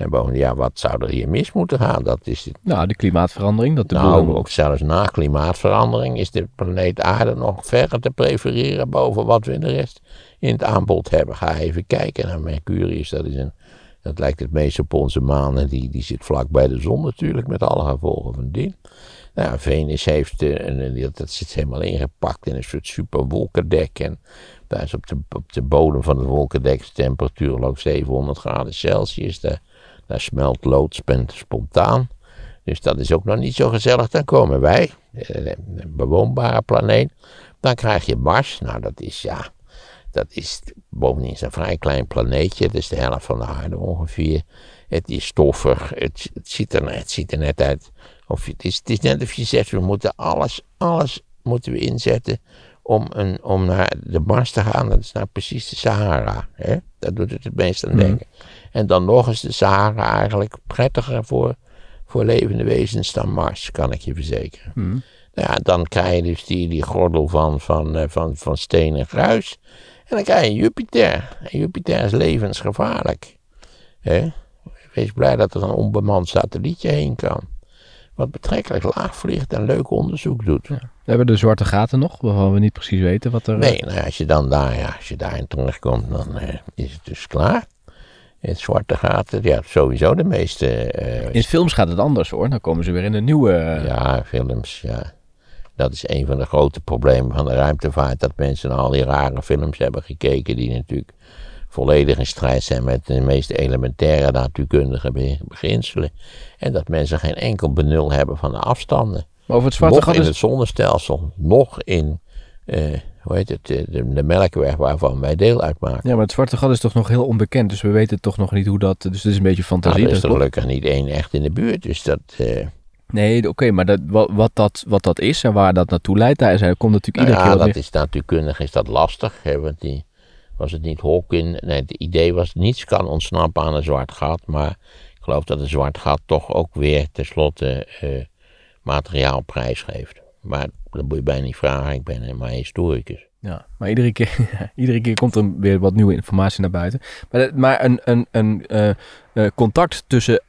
En bovendien, ja, wat zou er hier mis moeten gaan? Dat is het. Nou, de klimaatverandering. Dat de Nou, boel... ook zelfs na klimaatverandering is de planeet Aarde nog verre te prefereren boven wat we in de rest in het aanbod hebben. Ga even kijken naar Mercurius. Dat, is een, dat lijkt het meest op onze maan en die, die zit vlak bij de zon natuurlijk met alle gevolgen van dien. Nou, Venus heeft, uh, een, dat zit helemaal ingepakt in een soort super wolkendek. En daar is op de, op de bodem van het wolkendek de temperatuur ook zevenhonderd graden Celsius. Daar, daar smelt lood spontaan. Dus dat is ook nog niet zo gezellig. Dan komen wij, een bewoonbare planeet. Dan krijg je Mars. Nou, dat is ja, dat is bovendien een vrij klein planeetje. Het is de helft van de aarde ongeveer. Het is stoffig. Het, het, ziet, er, het ziet er net uit. Of het, is, het is net of je zegt, we moeten alles, alles moeten we inzetten om, een, om naar de Mars te gaan. Dat is nou precies de Sahara. Hè? Daar doet het het meest aan denken. Mm. En dan nog eens de Sahara eigenlijk prettiger voor, voor levende wezens dan Mars, kan ik je verzekeren. Mm. Nou ja, dan krijg je dus die, die gordel van, van, van, van, van steen en gruis. En dan krijg je Jupiter. En Jupiter is levensgevaarlijk. Hè? Wees blij dat er een onbemand satellietje heen kan. Wat betrekkelijk laag vliegt en leuk onderzoek doet. Ja. We hebben de zwarte gaten nog, waarvan we niet precies weten wat er... Nee, nou ja, als je dan daar, ja, als je daarin terechtkomt, dan uh, is het dus klaar. Het zwarte gaten, ja, sowieso de meeste... Uh, in films gaat het anders hoor, dan komen ze weer in een nieuwe... Uh... Ja, films, ja. Dat is een van de grote problemen van de ruimtevaart, dat mensen naar al die rare films hebben gekeken, die natuurlijk volledig in strijd zijn met de meest elementaire natuurkundige beginselen. En dat mensen geen enkel benul hebben van de afstanden. Maar over het zwarte nog gat in is... het zonnestelsel, nog in uh, hoe heet het, de, de melkweg waarvan wij deel uitmaken. Ja, maar het zwarte gat is toch nog heel onbekend, dus we weten toch nog niet hoe dat... Dus het is een beetje fantasie. Nou, er is er gelukkig niet één echt in de buurt, dus dat... Uh, Nee, oké, okay, maar dat, wat, wat, dat, wat dat is en waar dat naartoe leidt, daar is, komt natuurlijk nou iedere ja, keer dat meer... is natuurkundig is dat lastig, hè, want die, was het niet Hawking, nee, het idee was niets kan ontsnappen aan een zwart gat, maar ik geloof dat een zwart gat toch ook weer tenslotte uh, materiaal prijsgeeft. Maar dat moet je bijna niet vragen, ik ben maar historicus. Ja, maar iedere keer, iedere keer komt er weer wat nieuwe informatie naar buiten. Maar, maar een, een, een uh, uh, contact tussen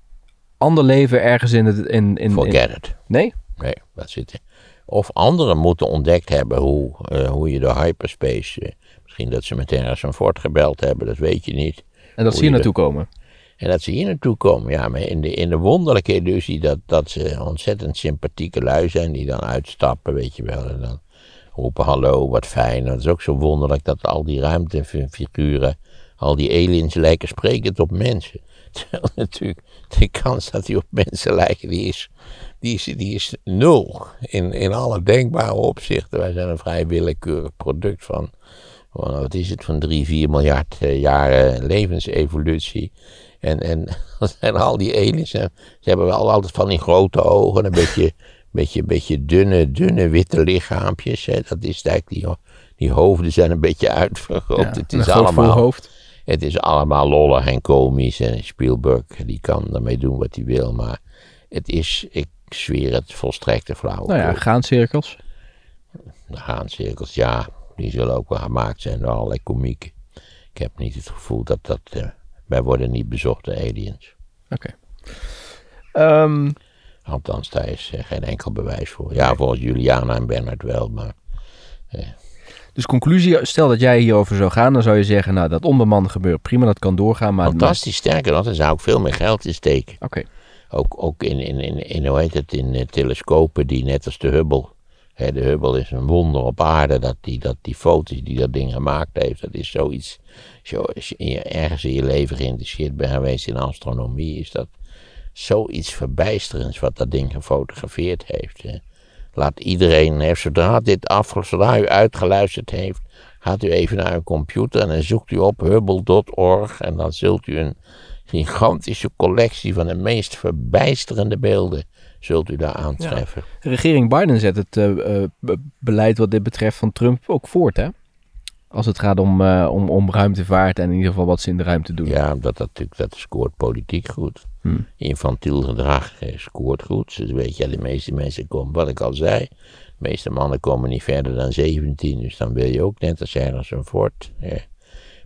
ander leven ergens in het... In, in, Forget in... it. Nee? Nee, dat zit er. Of anderen moeten ontdekt hebben hoe, uh, hoe je door hyperspace... Uh, misschien dat ze met Harrison Ford gebeld hebben, dat weet je niet. En dat ze hier naartoe komen. En dat ze hier naartoe komen, ja. Maar in de, in de wonderlijke illusie dat, dat ze ontzettend sympathieke lui zijn... die dan uitstappen, weet je wel. En dan roepen hallo, wat fijn. Dat is ook zo wonderlijk dat al die ruimtefiguren... al die aliens lijken sprekend op mensen. Terwijl natuurlijk de kans dat die op mensen lijken, die is, die is, die is nul. In, in alle denkbare opzichten. Wij zijn een vrij willekeurig product van, van wat is het, van drie, vier miljard uh, jaren levensevolutie. En, en dat zijn al die aliens. En ze hebben wel altijd van die grote ogen, een beetje, beetje, beetje dunne, dunne witte lichaampjes. Hè. Dat is eigenlijk, die, die hoofden zijn een beetje uitvergroot. Ja, het is een allemaal... hoofd. Het is allemaal lollig en komisch en Spielberg die kan daarmee doen wat hij wil, maar het is, ik zweer het, volstrekte flauw. Nou ja, graancirkels. De graancirkels, ja, die zullen ook wel gemaakt zijn door allerlei komieken. Ik heb niet het gevoel dat dat, uh, wij worden niet bezocht door aliens. Oké. Okay. Um... Althans, daar is uh, geen enkel bewijs voor. Ja, volgens Juliana en Bernard wel, maar... Uh, Dus conclusie, stel dat jij hierover zou gaan, dan zou je zeggen, nou, dat onbemande gebeuren, prima, dat kan doorgaan. Maar fantastisch, sterker nog, daar zou ik veel meer geld in steken. Oké. Okay. Ook, ook in, in, in, in, hoe heet het, in uh, telescopen die net als de Hubble, hè, de Hubble is een wonder op aarde, dat die, dat die foto's die dat ding gemaakt heeft, dat is zoiets, zo, als je ergens in je leven geïnteresseerd bent geweest in astronomie, is dat zoiets verbijsterends wat dat ding gefotografeerd heeft, hè. Laat iedereen, hè, zodra dit af, zodra u uitgeluisterd heeft, gaat u even naar uw computer en dan zoekt u op hubble punt org en dan zult u een gigantische collectie van de meest verbijsterende beelden zult u daar aantreffen. Ja. De regering Biden zet het uh, uh, beleid wat dit betreft van Trump ook voort, hè? Als het gaat om, uh, om, om ruimtevaart en in ieder geval wat ze in de ruimte doen. Ja, dat, dat, dat scoort politiek goed. Hmm. Infantiel gedrag eh, scoort goed. Dus weet je, de meeste mensen komen, wat ik al zei, de meeste mannen komen niet verder dan zeventien. Dus dan wil je ook net als Harrison Ford. Eh,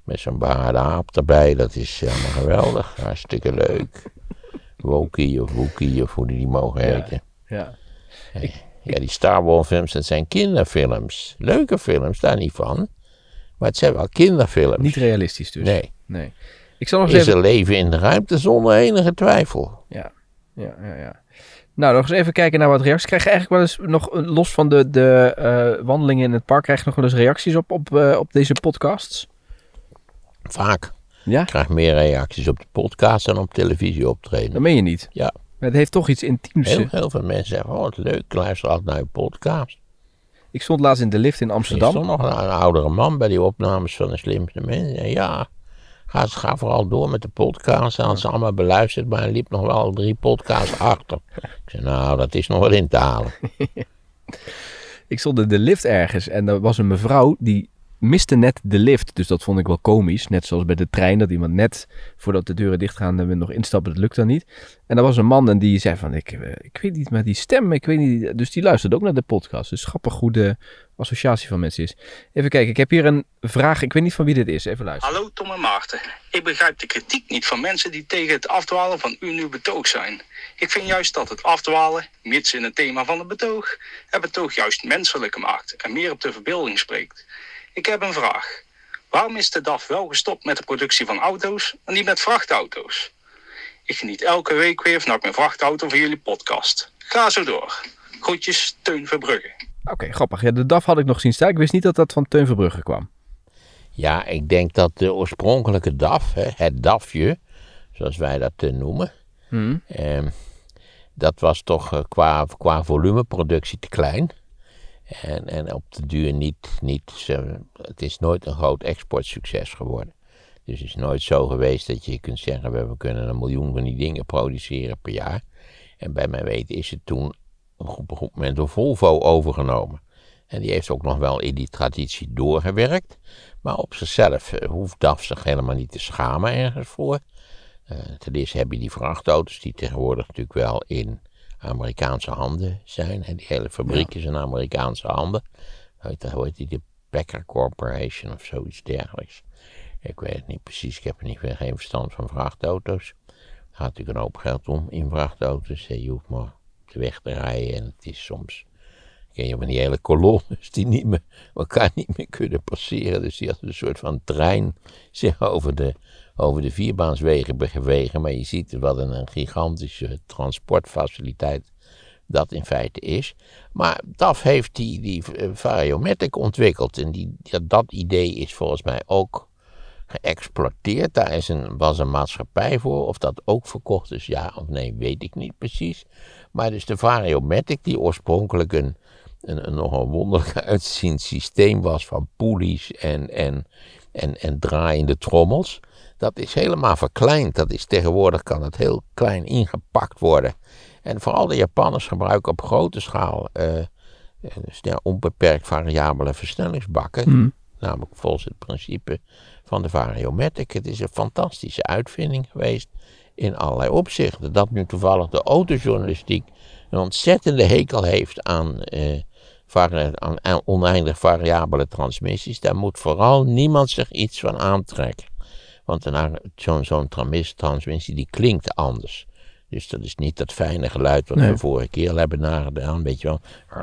Met zo'n behaarde aap erbij, dat is helemaal geweldig. Hartstikke leuk. Wokie of Wookie of hoe die, die mogen heten. Ja. Ja. Ja, die Star Wars films, dat zijn kinderfilms. Leuke films, daar niet van. Maar het zijn wel kinderfilms. Niet realistisch dus. Nee. nee. Ik zal nog eens Is even... er leven in de ruimte zonder enige twijfel. Ja, ja, ja, ja. Nou, nog eens even kijken naar wat reacties. Krijg je eigenlijk wel eens nog, los van de, de uh, wandelingen in het park, krijg je nog wel eens reacties op, op, uh, op deze podcasts? Vaak. Ja? Ik krijg meer reacties op de podcast dan op televisie optreden. Dat meen je niet? Ja. Maar het heeft toch iets intiems. Heel, heel veel mensen zeggen, oh wat leuk, ik luister altijd naar je podcast. Ik stond laatst in de lift in Amsterdam. Er stond nog een, een oudere man bij die opnames van de slimste mensen. En ja, ga, ga vooral door met de podcast. En had ze allemaal beluisterd, maar hij liep nog wel drie podcasts achter. Ik zei, nou, dat is nog wel in te halen. Ik stond in de lift ergens en er was een mevrouw die miste net de lift. Dus dat vond ik wel komisch. Net zoals bij de trein, dat iemand net voordat de deuren dichtgaan en we nog instappen, dat lukt dan niet. En er was een man en die zei van, ik, ik weet niet, maar die stem, ik weet niet. Dus die luisterde ook naar de podcast. Dus grappig hoe de associatie van mensen is. Even kijken, ik heb hier een vraag. Ik weet niet van wie dit is. Even luisteren. Hallo Tom en Maarten. Ik begrijp de kritiek niet van mensen die tegen het afdwalen van u nu betoog zijn. Ik vind juist dat het afdwalen, mits in het thema van het betoog, het betoog juist menselijker maakt en meer op de verbeelding spreekt. Ik heb een vraag. Waarom is de D A F wel gestopt met de productie van auto's en niet met vrachtauto's? Ik geniet elke week weer vanuit mijn vrachtauto van jullie podcast. Ga zo door. Groetjes, Teun Verbrugge. Oké, okay, grappig. Ja, de D A F had ik nog zien staan. Ik wist niet dat dat van Teun Verbrugge kwam. Ja, ik denk dat de oorspronkelijke D A F, hè, het DAFje, zoals wij dat uh, noemen, Hmm. eh, dat was toch uh, qua, qua volumeproductie te klein. En, en op de duur niet, niet uh, het is nooit een groot exportsucces geworden. Dus het is nooit zo geweest dat je kunt zeggen, we, we kunnen een miljoen van die dingen produceren per jaar. En bij mijn weten is het toen op een goed moment door Volvo overgenomen. En die heeft ook nog wel in die traditie doorgewerkt. Maar op zichzelf uh, hoeft D A F zich helemaal niet te schamen ergens voor. Uh, ten eerste heb je die vrachtauto's die tegenwoordig natuurlijk wel in Amerikaanse handen zijn. En die hele fabriek ja. is in Amerikaanse handen. Hoe heet die? De Packer Corporation of zoiets dergelijks. Ik weet het niet precies. Ik heb er niet, geen verstand van vrachtauto's. Er gaat natuurlijk een hoop geld om in vrachtauto's. Je hoeft maar op de weg te rijden. En het is soms... ken je van die hele kolonnes die niet meer, elkaar niet meer kunnen passeren. Dus die had een soort van trein zich over de, over de vierbaanswegen bewegen. Maar je ziet wat een, een gigantische transportfaciliteit dat in feite is. Maar D A F heeft die, die Variomatic ontwikkeld. En die, dat, dat idee is volgens mij ook geëxploiteerd. Daar is een, was een maatschappij voor. Of dat ook verkocht is, ja of nee, weet ik niet precies. Maar dus de Variomatic, die oorspronkelijk een Een, een nog een wonderlijk uitziend systeem was van poelies en, en, en, en draaiende trommels. Dat is helemaal verkleind. Dat is tegenwoordig kan het heel klein ingepakt worden. En vooral de Japanners gebruiken op grote schaal uh, dus ja, onbeperkt variabele versnellingsbakken. Mm. Namelijk volgens het principe van de Variomatic. Het is een fantastische uitvinding geweest in allerlei opzichten. Dat nu toevallig de autojournalistiek een ontzettende hekel heeft aan... Uh, aan oneindig variabele transmissies, daar moet vooral niemand zich iets van aantrekken. Want zo'n zo'n transmissie die klinkt anders. Dus dat is niet dat fijne geluid wat nee. we vorige keer hebben nagedaan. Weet je wel.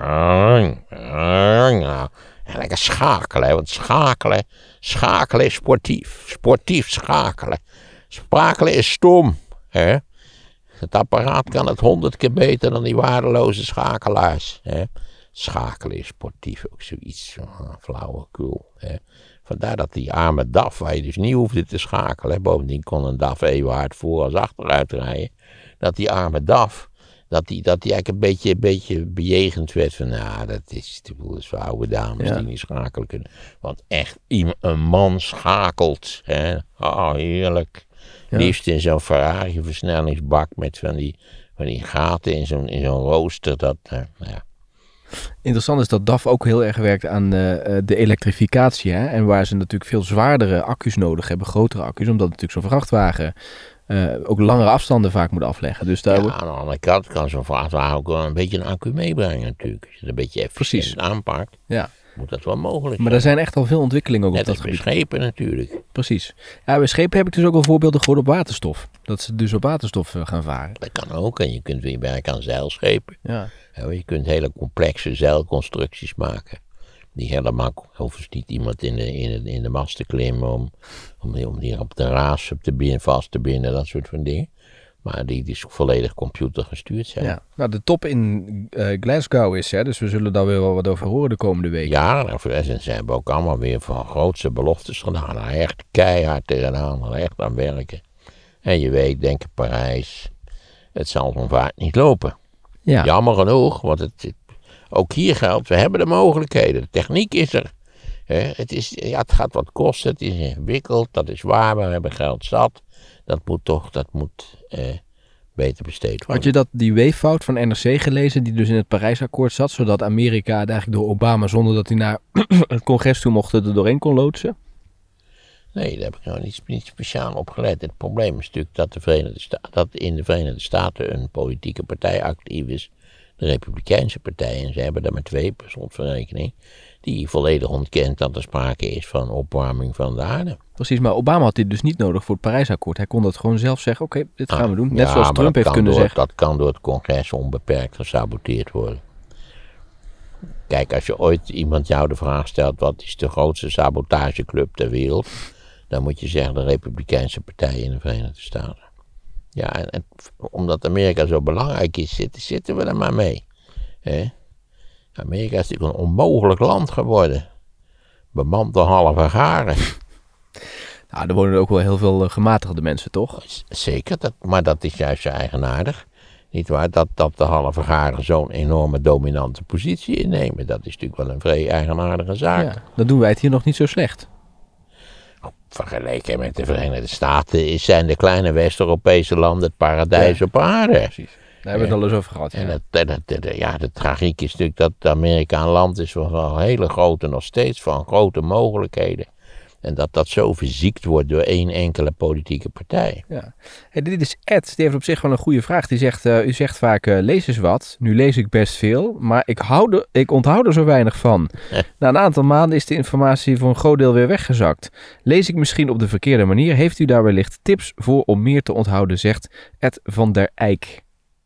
Nou, en lekker schakelen, want schakelen, schakelen is sportief. Sportief schakelen. Sprakelen is stom. Hè? Het apparaat kan het honderd keer beter dan die waardeloze schakelaars. Hè? Schakelen is sportief, ook zoiets uh, flauwekul. Hè. Vandaar dat die arme D A F, waar je dus niet hoefde te schakelen, bovendien kon een D A F even hard voor als achteruit rijden, dat die arme D A F, dat die, dat die eigenlijk een beetje, een beetje bejegend werd van, nou, dat is, dat is voor oude dames ja. die niet schakelen kunnen. Want echt, een man schakelt, hè. Oh, heerlijk. Ja. Liefst in zo'n Ferrari versnellingsbak met van die, van die gaten in zo'n, in zo'n rooster, dat, uh, nou ja. Interessant is dat D A F ook heel erg werkt aan uh, de elektrificatie. Hè? En waar ze natuurlijk veel zwaardere accu's nodig hebben, grotere accu's. Omdat natuurlijk zo'n vrachtwagen uh, ook langere afstanden vaak moet afleggen. Dus daar ja, wordt... aan de andere kant kan zo'n vrachtwagen ook wel een beetje een accu meebrengen natuurlijk. Als je het een beetje efficiënt aanpakt. Ja. moet dat wel mogelijk Maar zijn. er zijn echt al veel ontwikkelingen ook Net op dat als bij gebied. schepen natuurlijk. Precies. Ja, bij schepen heb ik dus ook wel voorbeelden gehoord op waterstof. Dat ze dus op waterstof uh, gaan varen. Dat kan ook. En je kunt weer werken aan zeilschepen. Ja. Ja, je kunt hele complexe zeilconstructies maken. Die helemaal, hoeft niet iemand in de, in de, in de mast te klimmen om, om, die, om die op de raas op te binden, vast te binden, dat soort van dingen. Maar die, die volledig computergestuurd zijn. Ja. Nou, de top in uh, Glasgow is, hè, dus we zullen daar weer wel wat over horen de komende weken. Ja, en ze hebben ook allemaal weer van grootste beloftes gedaan. Daar echt keihard tegenaan, er echt aan werken. En je weet, denk ik, Parijs, het zal zo'n vaart niet lopen. Ja. Jammer genoeg, want het, het, ook hier geldt, we hebben de mogelijkheden. De techniek is er. Hè, het, is, ja, het gaat wat kosten, het is ingewikkeld, dat is waar, maar we hebben geld zat. Dat moet toch, dat moet eh, beter besteed worden. Had je dat, die weeffout van N R C gelezen, die dus in het Parijsakkoord zat, zodat Amerika het eigenlijk door Obama, zonder dat hij naar het congres toe mocht, er doorheen kon loodsen? Nee, daar heb ik nou niet, niet speciaal op gelet. Het probleem is natuurlijk dat, de Verenigde Sta- dat in de Verenigde Staten een politieke partij actief is. De Republikeinse partij. En ze hebben daar maar twee per slotverrekening. Die volledig ontkent dat er sprake is van opwarming van de aarde. Precies, maar Obama had dit dus niet nodig voor het Parijsakkoord. Hij kon dat gewoon zelf zeggen, oké, okay, dit gaan we doen. Net Ja, zoals maar Trump dat heeft kan kunnen door, zeggen. Dat kan door het congres onbeperkt gesaboteerd worden. Kijk, als je ooit iemand jou de vraag stelt, wat is de grootste sabotageclub ter wereld? Dan moet je zeggen de Republikeinse partij in de Verenigde Staten. Ja, en, en omdat Amerika zo belangrijk is, zitten, zitten we er maar mee. He? Amerika is natuurlijk een onmogelijk land geworden. Bemand door halve garen. Nou, er wonen ook wel heel veel uh, gematigde mensen, toch? Z- Zeker, dat, maar dat is juist zo eigenaardig. Niet waar, dat, dat de halve garen zo'n enorme dominante positie innemen. Dat is natuurlijk wel een vrij eigenaardige zaak. Ja, dan doen wij het hier nog niet zo slecht. Vergeleken met de Verenigde Staten is- zijn de kleine West-Europese landen het paradijs Ja. op aarde. Precies. Daar hebben we het al eens over gehad. En Ja. het, en het- de, ja, de tragiek is natuurlijk dat Amerika een land is van een hele grote, nog steeds van grote mogelijkheden. En dat dat zo verziekt wordt door één enkele politieke partij. Ja. Hey, dit is Ed, die heeft op zich wel een goede vraag. Die zegt, uh, u zegt vaak, uh, lees eens wat. Nu lees ik best veel, maar ik, hou er, ik onthoud er zo weinig van. Na een aantal maanden is de informatie voor een groot deel weer weggezakt. Lees ik misschien op de verkeerde manier? Heeft u daar wellicht tips voor om meer te onthouden, zegt Ed van der Eyck.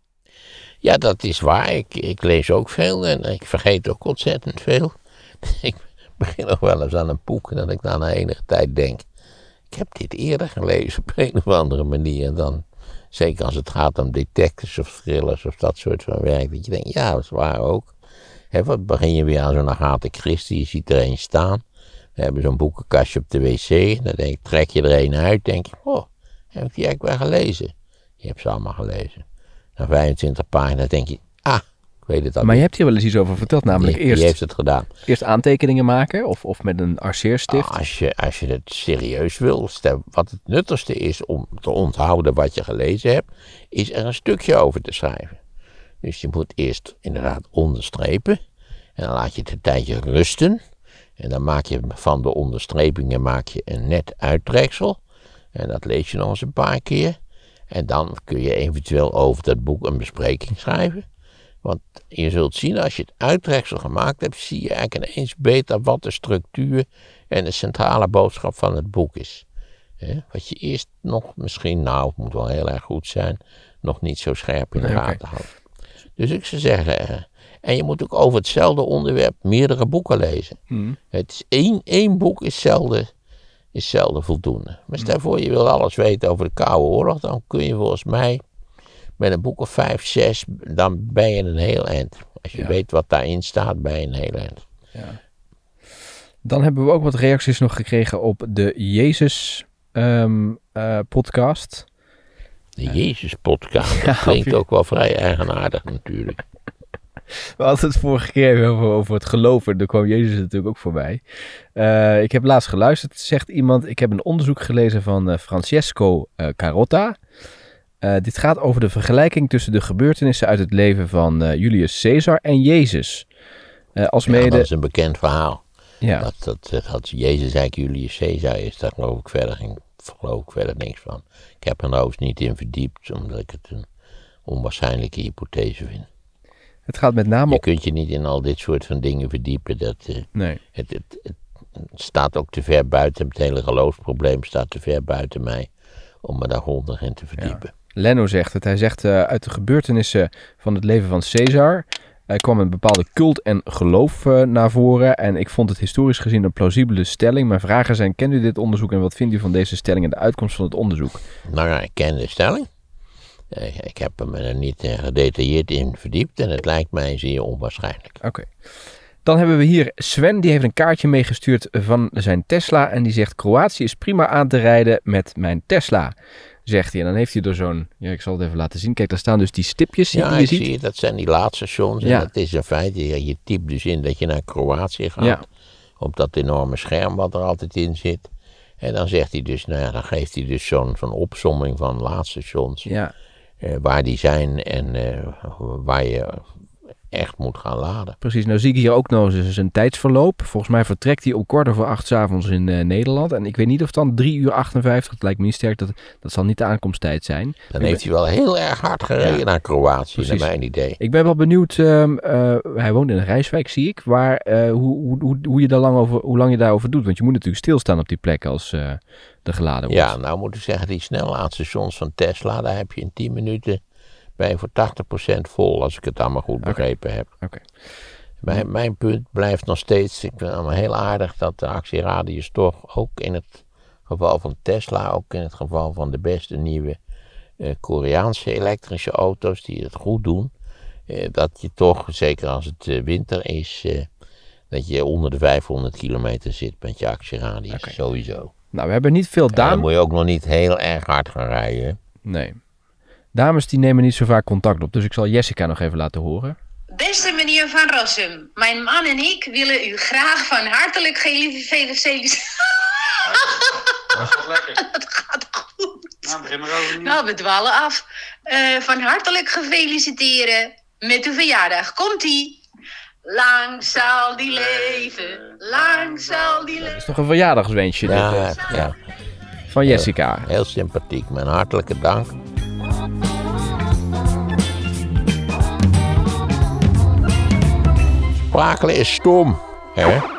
Ja, dat is waar. Ik, ik lees ook veel en ik vergeet ook ontzettend veel. Ik begin nog wel eens aan een boek en dat ik na enige tijd denk, ik heb dit eerder gelezen op een of andere manier. En dan, zeker als het gaat om detectives of thrillers of dat soort van werk, dat je denkt, ja, dat is waar ook. Hè, wat begin je weer aan zo'n Agatha Christie, je ziet er een staan. We hebben zo'n boekenkastje op de wc, dan denk ik, trek je er een uit, denk je, oh, heb ik die eigenlijk wel gelezen? Je hebt ze allemaal gelezen. Na vijfentwintig pagina's denk je, ah, ik weet het al. Maar je hebt hier wel eens iets over verteld, namelijk die, eerst, die heeft het gedaan. eerst aantekeningen maken of, of met een arceerstift. Nou, als, je, als je het serieus wil, stel, wat het nuttigste is om te onthouden wat je gelezen hebt, is er een stukje over te schrijven. Dus je moet eerst inderdaad onderstrepen en dan laat je het een tijdje rusten. En dan maak je van de onderstrepingen maak je een net uittreksel. En dat lees je nog eens een paar keer. En dan kun je eventueel over dat boek een bespreking schrijven. Want je zult zien, als je het uittreksel gemaakt hebt, zie je eigenlijk ineens beter wat de structuur en de centrale boodschap van het boek is. He, wat je eerst nog misschien, nou, het moet wel heel erg goed zijn, nog niet zo scherp in de Nee, gaten oké. houden. Dus ik zou zeggen, eh, en je moet ook over hetzelfde onderwerp meerdere boeken lezen. Hmm. Het is één, één boek is zelden, is zelden voldoende. Maar stel voor je wil alles weten over de Koude Oorlog, dan kun je volgens mij met een boek of vijf, zes, dan ben je een heel eind. Als je Ja. weet wat daarin staat, ben je een heel eind. Ja. Dan hebben we ook wat reacties nog gekregen op de Jezus ehm, eh, podcast. De Jezus-podcast, Ja, dat klinkt of je- ook wel vrij eigenaardig natuurlijk. We hadden het vorige keer over, over het geloven. Daar kwam Jezus natuurlijk ook voorbij. Uh, ik heb laatst geluisterd, zegt iemand. Ik heb een onderzoek gelezen van uh, Francesco uh, Carotta. Uh, dit gaat over de vergelijking tussen de gebeurtenissen uit het leven van uh, Julius Caesar en Jezus. Uh, als Ja, mede... dat is een bekend verhaal. Ja. Dat, dat, dat Jezus eigenlijk Julius Caesar is, daar geloof ik verder, geen, geloof ik verder niks van. Ik heb er nou eens niet in verdiept, omdat ik het een onwaarschijnlijke hypothese vind. Het gaat met name Je op... kunt je niet in al dit soort van dingen verdiepen. Dat, uh, Nee. het, het, het, het staat ook te ver buiten, het hele geloofsprobleem staat te ver buiten mij om me daar grondig in te verdiepen. Ja. Leno zegt het. Hij zegt uh, uit de gebeurtenissen van het leven van Caesar... Er kwam een bepaalde cult en geloof uh, naar voren en ik vond het historisch gezien een plausibele stelling. Mijn vragen zijn, kent u dit onderzoek en wat vindt u van deze stelling en de uitkomst van het onderzoek? Nou ja, ik ken de stelling. Ik heb me er niet gedetailleerd in verdiept en het lijkt mij zeer onwaarschijnlijk. Oké. Okay. Dan hebben we hier Sven, die heeft een kaartje meegestuurd van zijn Tesla en die zegt, Kroatië is prima aan te rijden met mijn Tesla, zegt hij. En dan heeft hij er zo'n, ja, ik zal het even laten zien. Kijk, daar staan dus die stipjes die ja, je ik ziet. zie het, dat zijn die laadstations en ja. dat is in feite, je, je typt dus in dat je naar Kroatië gaat, ja. op dat enorme scherm wat er altijd in zit. En dan zegt hij dus, nou ja, dan geeft hij dus zo'n, zo'n opsomming van laadstations. Ja. Uh, waar die zijn en uh, waar je echt moet gaan laden. Precies, nou zie ik hier ook nog eens een tijdsverloop. Volgens mij vertrekt hij om kwart over acht 's avonds in uh, Nederland. En ik weet niet of dan drie uur achtenvijftig, het lijkt me niet sterk, dat, dat zal niet de aankomsttijd zijn. Dan ik heeft ben... hij wel heel erg hard gereden ja. naar Kroatië, Precies. naar mijn idee. Ik ben wel benieuwd, uh, uh, hij woont in een Rijswijk, zie ik, waar, uh, hoe, hoe, hoe, je daar lang over, hoe lang je daarover doet. Want je moet natuurlijk stilstaan op die plek als uh, er geladen wordt. Ja, nou moet ik zeggen, die snelladstations van Tesla, daar heb je in tien minuten... ben je voor tachtig procent vol, als ik het allemaal goed begrepen okay. heb. Okay. Mijn, mijn punt blijft nog steeds, ik vind het allemaal heel aardig dat de actieradius toch ook in het geval van Tesla, ook in het geval van de beste nieuwe uh, Koreaanse elektrische auto's die het goed doen, uh, dat je toch, zeker als het uh, winter is, uh, dat je onder de vijfhonderd kilometer zit met je actieradius, okay. Sowieso. Nou, we hebben niet veel dames. Dan moet je ook nog niet heel erg hard gaan rijden. Nee. Dames die nemen niet zo vaak contact op, dus ik zal Jessica nog even laten horen. Beste meneer Van Rossum, mijn man en ik willen u graag van hartelijk feliciteren. Dat is wel lekker. Dat gaat goed. Nou, begin maar overnieuw. Nou, we dwalen af. Uh, van hartelijk gefeliciteren met uw verjaardag. Komt-ie. Lang zal die leven, lang zal die leven. Dat is toch een verjaardagswensje dit, ja, uh, ja. Van Jessica. Heel, heel sympathiek, mijn hartelijke dank. Sprakelen is stom, hè?